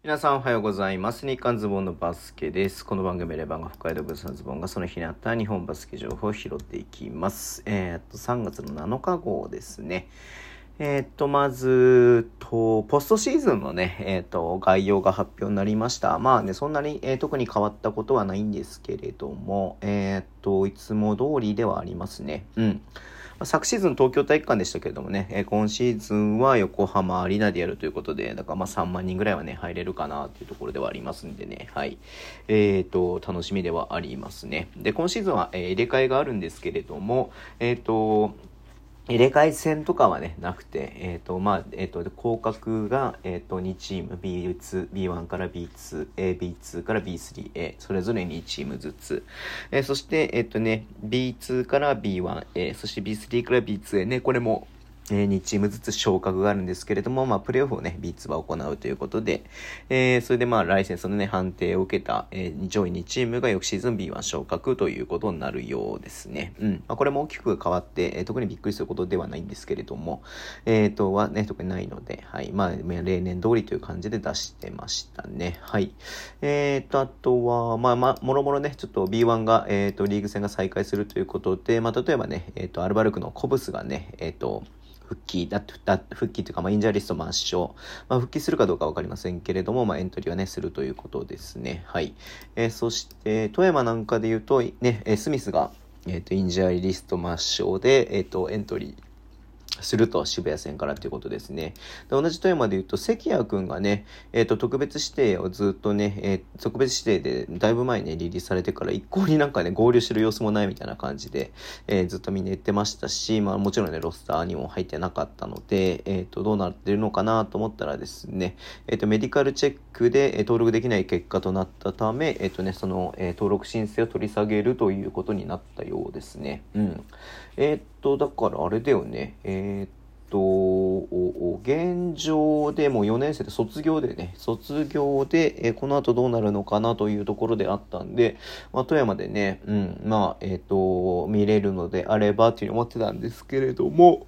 皆さんおはようございます。日刊ズボンのバスケです。この番組レバンが北海道ブースのズボンがその日にあった日本バスケ情報を拾っていきます。3月の7日号ですね。まず、ポストシーズンのね、概要が発表になりました。まあね、そんなに、特に変わったことはないんですけれども、いつも通りではありますね。昨シーズン東京体育館でしたけれどもね、今シーズンは横浜アリーナでやるということで、だからまあ3万人ぐらいはね、入れるかなというところではありますんでね、はい。楽しみではありますね。で、今シーズンは、入れ替えがあるんですけれども、入れ替え戦とかはね、なくて、降格が、2チーム、B2、B1 から B2、B2 から B3、それぞれ2チームずつ。そして、B2 から B1、そして B3 から B2 ね、これも、2チームずつ昇格があるんですけれども、プレイオフをね、B2 は行うということで、それでライセンスのね、判定を受けた、上位2チームが翌シーズン B1 昇格ということになるようですね。これも大きく変わって、特にびっくりすることではないんですけれども、はね、特にないので、はい。例年通りという感じで出してましたね。はい。あとは、もろもろね、ちょっと B1 が、リーグ戦が再開するということで、例えばね、アルバルクのコブスがね、復帰というか、インジャーリスト抹消。復帰するかどうかわかりませんけれども、エントリーはね、するということですね。はい。そして、富山なんかで言うと、ね、スミスが、インジャーリスト抹消で、エントリー、すると渋谷線からということですね。で同じ富山で言うと関谷くんがね、特別指定をずっとね、特別指定でだいぶ前にリリースされてから一向になんかね合流してる様子もないみたいな感じで、ずっとみんな言ってましたし、もちろんねロスターにも入ってなかったので、どうなってるのかなと思ったらですね、メディカルチェックで、登録できない結果となったため、その、登録申請を取り下げるということになったようですね。だからあれだよね。現状でも4年生で卒業で、この後どうなるのかなというところであったんで、富山でね、見れるのであればというふうに思ってたんですけれども、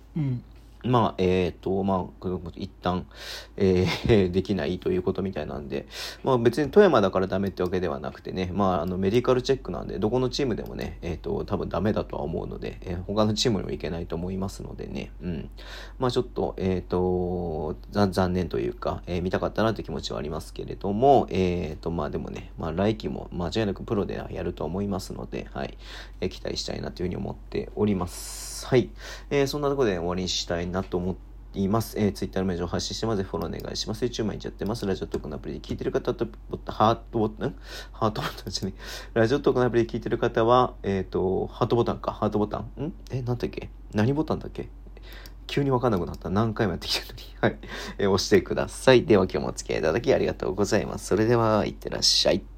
一旦、できないということみたいなんで、別に富山だからダメってわけではなくてね、メディカルチェックなんで、どこのチームでもね、多分ダメだとは思うので、他のチームにもいけないと思いますのでね、ちょっと、残念というか、見たかったなという気持ちはありますけれども、でもね、来季も間違いなくプロでやると思いますので、はい、期待したいなというふうに思っております。はい。そんなところで終わりにしたいなと思います。Twitter のメールを発信してます。フォローお願いします。YouTube 毎日やってます。ラジオトークのアプリで聞いてる方と、ハートボタンじゃね。ラジオトークのアプリで聞いてる方は、ハートボタンか。ハートボタンなんだっけ何ボタンだっけ急にわかんなくなった。何回もやってきたのに。はい。押してください。では今日もお付き合いいただきありがとうございます。それでは、いってらっしゃい。